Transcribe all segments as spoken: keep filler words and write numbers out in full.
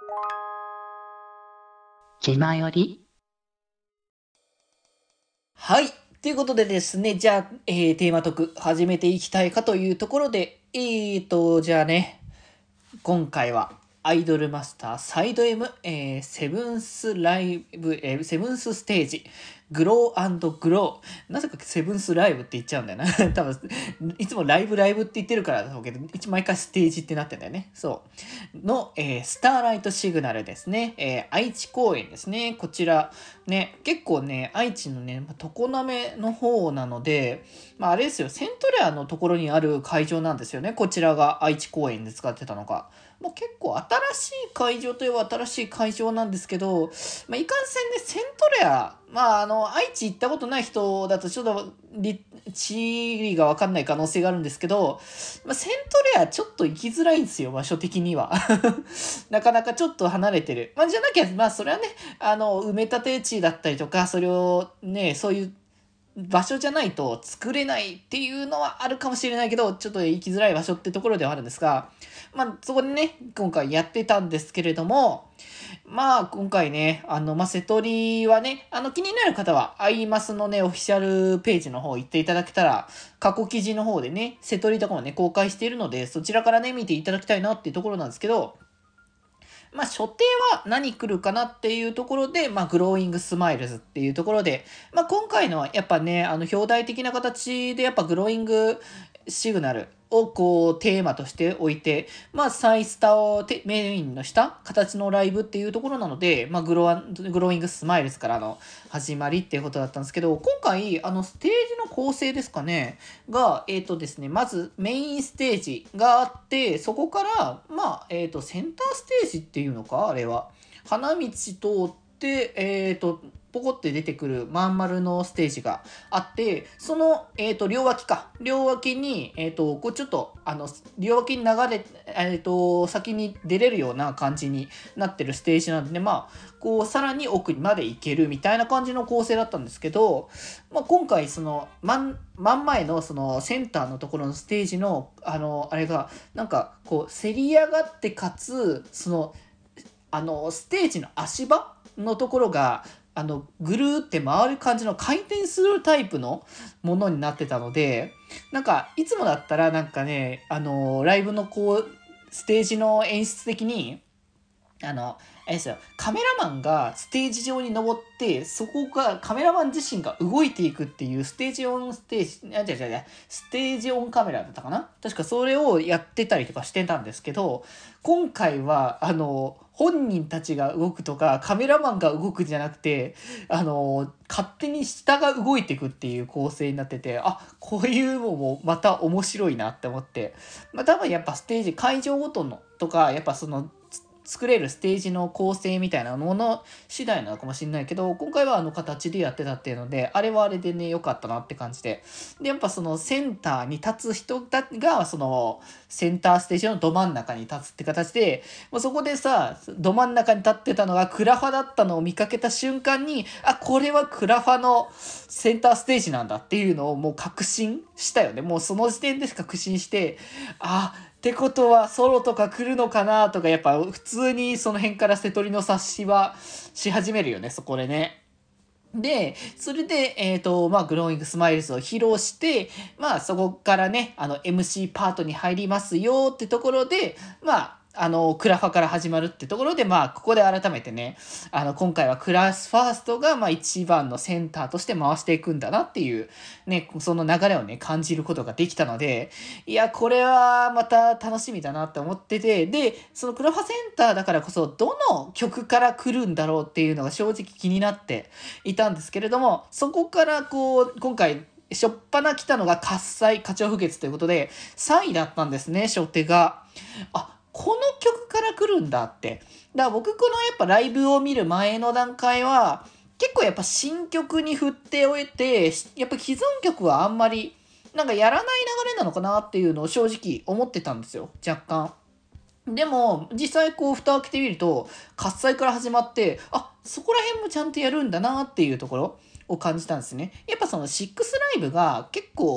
気まより。 はい。ということでですね、じゃあ、えー、テーマトーク始めていきたいかというところで、えーと、じゃあね、今回はアイドルマスターサイド M、えー、セブンスライブ、えー、セブンスステージ、グローグロー。なぜかセブンスライブって言っちゃうんだよな。多分、いつもライブライブって言ってるからだと思うけど、一毎回ステージってなってんだよね。そう。の、えー、スターライトシグナルですね。えー、愛知公演ですね。こちら、ね、結構ね、愛知のね、常滑の方なので、まああれですよ、セントレアのところにある会場なんですよね。こちらが愛知公演で使ってたのが。もう結構新しい会場といえば新しい会場なんですけど、まあ、いかんせんね、セントレア、まあ、あの、愛知行ったことない人だとちょっと、地理がわかんない可能性があるんですけど、まあ、セントレアちょっと行きづらいんですよ、場所的には。なかなかちょっと離れてる。まあ、じゃなきゃ、まあ、それはね、あの、埋め立て地だったりとか、それをね、そういう場所じゃないと作れないっていうのはあるかもしれないけど、ちょっと行きづらい場所ってところではあるんですが、まあ、そこでね、今回やってたんですけれども、まあ、今回ね、あの、まあ、瀬戸りはね、あの、気になる方は、アイマスのね、オフィシャルページの方行っていただけたら、過去記事の方でね、瀬戸りとかもね、公開しているので、そちらからね、見ていただきたいなっていうところなんですけど、まあ、所定は何来るかなっていうところで、まあ、グローイングスマイルズっていうところで、まあ、今回のはやっぱね、あの、表題的な形でやっぱグローイングシグナルをこうテーマとして置いて、まあ、サイスタをメインのした形のライブっていうところなので、まあ、グロアグローイングスマイルズからの始まりっていうことだったんですけど、今回、あの、ステージの構成ですかね、が、えっ、とですね、まずメインステージがあって、そこから、まあ、えっ、と、センターステージっていうのかあれは。花道通って、えっ、と、ポコって出てくるまん丸のステージがあって、その、えっ、と、両脇か。両脇に、えっ、と、こうちょっと、あの、両脇に流れ、えっ、と、先に出れるような感じになってるステージなんで、まあ、こう、さらに奥にまで行けるみたいな感じの構成だったんですけど、まあ、今回、その、真ん、真ん前の、その、センターのところのステージの、あの、あれが、なんか、こう、せり上がってかつ、その、あの、ステージの足場のところが、あの、ぐるーって回る感じの回転するタイプのものになってたので、なんか、いつもだったらなんかね、あの、ライブのこう、ステージの演出的に、あの、あれですよ、カメラマンがステージ上に登って、そこが、カメラマン自身が動いていくっていうステージオンステージ、あ、違う違う違う、ステージオンカメラだったかな、確かそれをやってたりとかしてたんですけど、今回は、あの、本人たちが動くとか、カメラマンが動くじゃなくて、あの、勝手に下が動いていくっていう構成になってて、あ、こういうのもまた面白いなって思って、まあ多分やっぱステージ、会場ごとのとか、やっぱその、作れるステージの構成みたいなもの次第なのかもしれないけど、今回はあの形でやってたっていうので、あれはあれでね、良かったなって感じで。で、やっぱそのセンターに立つ人が、そのセンターステージのど真ん中に立つって形で、もうそこでさ、ど真ん中に立ってたのがクラファだったのを見かけた瞬間に、あ、これはクラファのセンターステージなんだっていうのをもう確信したよね。もうその時点で確信して、あ、ってことはソロとか来るのかなとか、やっぱ普通にその辺から瀬戸りの察しはし始めるよね、そこでね。で、それで、えっ、と、まあ、グローイングスマイルズを披露して、まあ、そこからね、あの、エムシー パートに入りますよってところで、まあ、あの、クラファから始まるってところで、まあ、ここで改めてね、あの、今回はクラスファーストが、まあ、一番のセンターとして回していくんだなっていう、ね、その流れをね、感じることができたので、いや、これはまた楽しみだなって思ってて、で、そのクラファセンターだからこそ、どの曲から来るんだろうっていうのが正直気になっていたんですけれども、そこからこう、今回、しょっぱな来たのが喝采、花鳥風月ということで、さんいだったんですね、初手が。あ、この曲から来るんだって。だから僕このやっぱライブを見る前の段階は、結構やっぱ新曲に振っておいて、やっぱ既存曲はあんまり、なんかやらない流れなのかなっていうのを正直思ってたんですよ、若干。でも、実際こう、蓋を開けてみると、喝采から始まって、あ、そこら辺もちゃんとやるんだなっていうところを感じたんですね。やっぱそのシックスライブが結構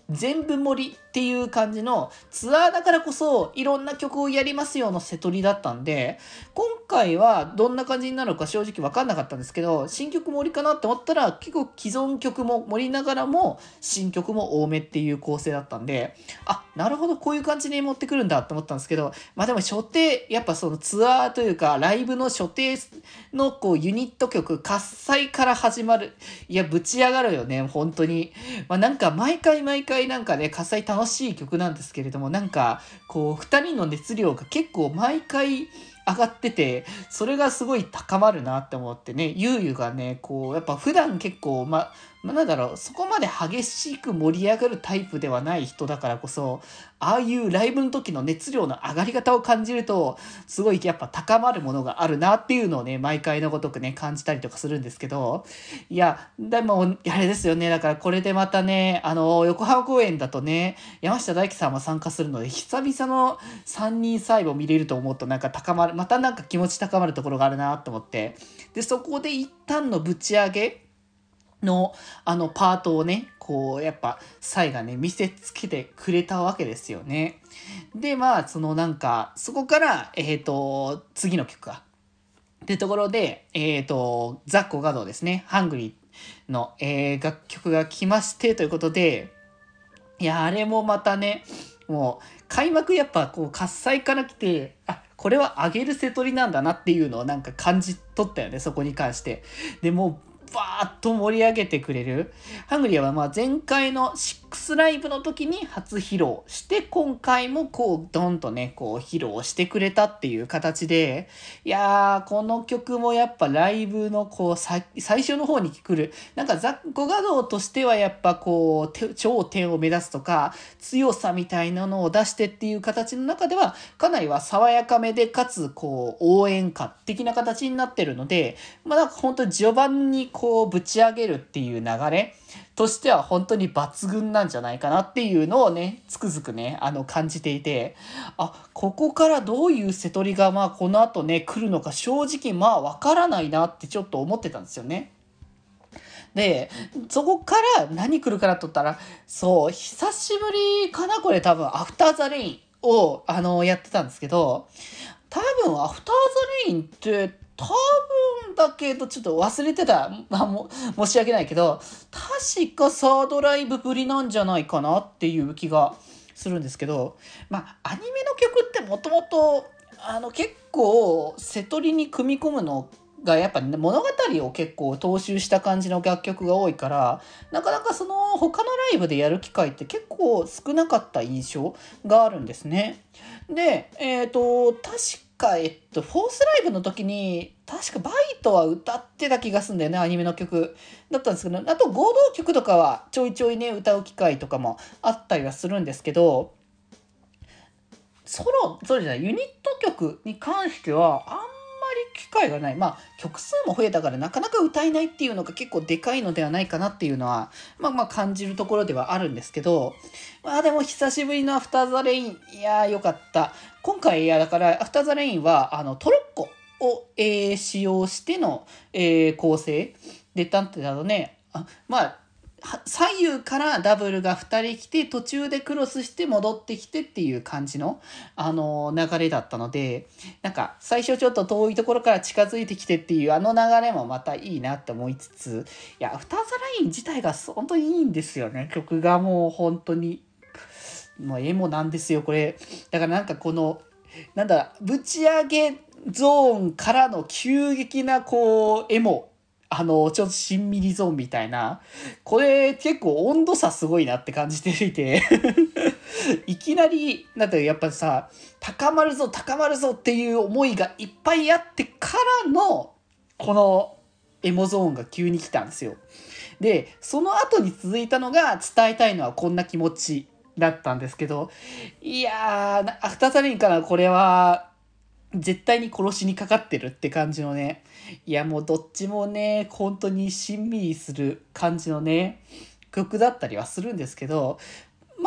全部盛りっていう感じのツアーだからこそいろんな曲をやりますよの瀬取りだったんで、今回はどんな感じになるのか正直分かんなかったんですけど、新曲盛りかなって思ったら結構既存曲も盛りながらも新曲も多めっていう構成だったんで、あ、なるほどこういう感じに持ってくるんだって思ったんですけど、まあでも初手やっぱそのツアーというかライブの初手のこうユニット曲喝采から始まる、いやぶち上がるよね本当に。まあなんか毎回毎回なんかね喝采楽しい曲なんですけれども、なんかこうふたりの熱量が結構毎回上がってて、それがすごい高まるなって思ってね、ゆうゆがねこうやっぱ普段結構ままあ、なんだろう、そこまで激しく盛り上がるタイプではない人だからこそ、ああいうライブの時の熱量の上がり方を感じると、すごいやっぱ高まるものがあるなっていうのをね、毎回のごとくね、感じたりとかするんですけど、いや、でも、あれですよね、だからこれでまたね、あの、横浜公演だとね、山下大輝さんも参加するので、久々のさんにん最後見れると思うと、なんか高まる、またなんか気持ち高まるところがあるなと思って、で、そこで一旦のぶち上げ、のあのパートをねこうやっぱサイがね見せつけてくれたわけですよね。でまあそのなんかそこからえっ、ー、と次の曲かってところでえっ、ー、とザ・コガドですね、ハングリーの、えー、楽曲が来ましてということで、いやあれもまたねもう開幕やっぱこう喝采から来て、あこれは上げる瀬取りなんだなっていうのをなんか感じ取ったよね、そこに関して。でもうバーッと盛り上げてくれる。ハングリーはまあ前回のシックスライブの時に初披露して、今回もこうドンとねこう披露してくれたっていう形で、いやーこの曲もやっぱライブのこう最初の方に来るなんかザ・ゴガドーとしてはやっぱこう頂点を目指すとか強さみたいなのを出してっていう形の中ではかなりは爽やかめでかつこう応援歌的な形になってるので、まあなんか本当に序盤にこうぶち上げるっていう流れとしては本当に抜群なんじゃないかなっていうのをねつくづくねあの感じていて、あここからどういう瀬取りがまあこの後ね来るのか正直まあわからないなってちょっと思ってたんですよね。でそこから何来るかなと思ったら、そう久しぶりかなこれ多分アフターザレインをあのやってたんですけど、多分アフターザレインって多分だけどちょっと忘れてた、まあ、も申し訳ないけど確かサードライブぶりなんじゃないかなっていう気がするんですけど、まあアニメの曲ってもともとあの結構瀬取りに組み込むのがやっぱ、ね、物語を結構踏襲した感じの楽曲が多いから、なかなかその他のライブでやる機会って結構少なかった印象があるんですね。で、えっと、確か、えっと、フォースライブの時に、確かバイトは歌ってた気がするんだよね、アニメの曲だったんですけど、あと合同曲とかはちょいちょいね、歌う機会とかもあったりはするんですけど、ソロ、ソロじゃない、ユニット曲に関しては、あんまり機会がない。まあ、曲数も増えたからなかなか歌えないっていうのが結構でかいのではないかなっていうのは、まあまあ感じるところではあるんですけど、まあでも久しぶりのアフターザレイン、いやーよかった。今回、いやだから、アフターザレインは、あの、トロッコを、えー使用しての、えー構成でたんてだとね、あまあ、左右からダブルがふたり来て途中でクロスして戻ってきてっていう感じの、あの流れだったので、なんか最初ちょっと遠いところから近づいてきてっていうあの流れもまたいいなって思いつつ、いやアフターザライン自体が本当にいいんですよね。曲がもう本当にもうエモなんですよこれ。だからなんかこのなんだぶち上げゾーンからの急激なこうエモ、あの、ちょっとしんみりゾーンみたいな。これ結構温度差すごいなって感じていて。いきなり、なんてやっぱさ、高まるぞ、高まるぞっていう思いがいっぱいあってからの、このエモゾーンが急に来たんですよ。で、その後に続いたのが伝えたいのはこんな気持ちだったんですけど、いやー、アフターザレインからこれは、絶対に殺しにかかってるって感じのね、いやもうどっちもね本当にしんみりする感じのね曲だったりはするんですけど、ま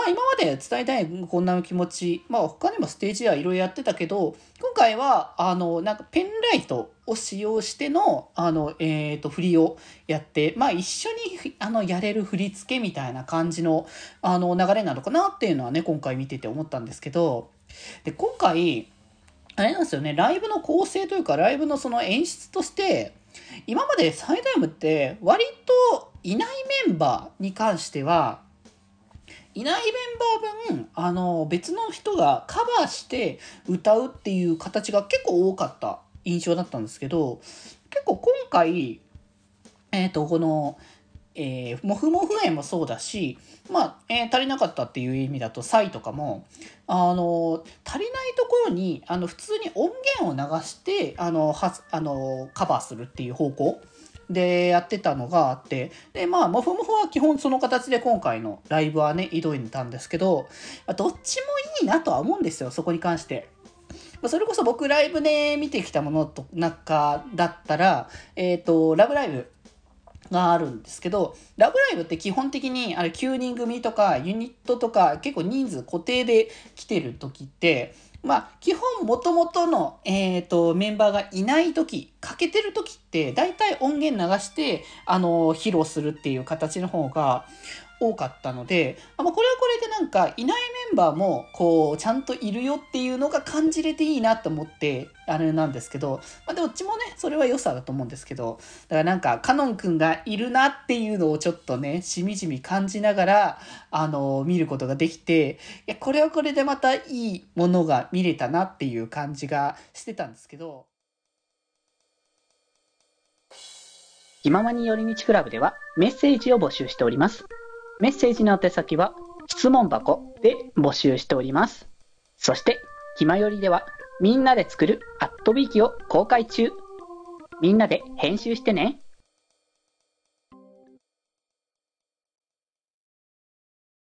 まあ今まで伝えたいこんな気持ち、まあ他にもステージではいろいろやってたけど、今回は、あの、なんかペンライトを使用しての、あの、えっと、振りをやって、まあ一緒に、あの、やれる振り付けみたいな感じの、あの、流れなのかなっていうのはね、今回見てて思ったんですけど、で、今回、あれなんですよね、ライブの構成というか、ライブのその演出として、今までサイド M って割といないメンバーに関してはいないメンバー分あの別の人がカバーして歌うっていう形が結構多かった印象だったんですけど、結構今回えっ、とこのえー、モフモフ園もそうだし、まあ、えー足りなかったっていう意味だと、サイとかも、あの、足りないところに、あの、普通に音源を流して、あの、はあの、カバーするっていう方向でやってたのがあって、で、まあ、モフモフは基本その形で今回のライブはね、挑んでたんですけど、まあどっちもいいなとは思うんですよ、そこに関して。まあそれこそ僕ライブで見てきたものと中だったら、えっと、ラブライブ、があるんですけど、ラブライブって基本的にあれきゅうにん組とかユニットとか結構人数固定で来てる時って、まあ基本元々の、えー、とメンバーがいない時、欠けてる時って大体音源流してあの披露するっていう形の方が多かったので、あまあこれはこれでなんかいないメンバーもこうちゃんといるよっていうのが感じれていいなと思ってあれなんですけど、まあ、どっちもねそれは良さだと思うんですけど、だからなんかカノンくんがいるなっていうのをちょっとねしみじみ感じながらあの見ることができて、いやこれはこれでまたいいものが見れたなっていう感じがしてたんですけど。 気ままに寄り道クラブではメッセージを募集しております。メッセージの宛先は質問箱で募集しております。そして気まよりではみんなで作るアットビーキを公開中。みんなで編集してね。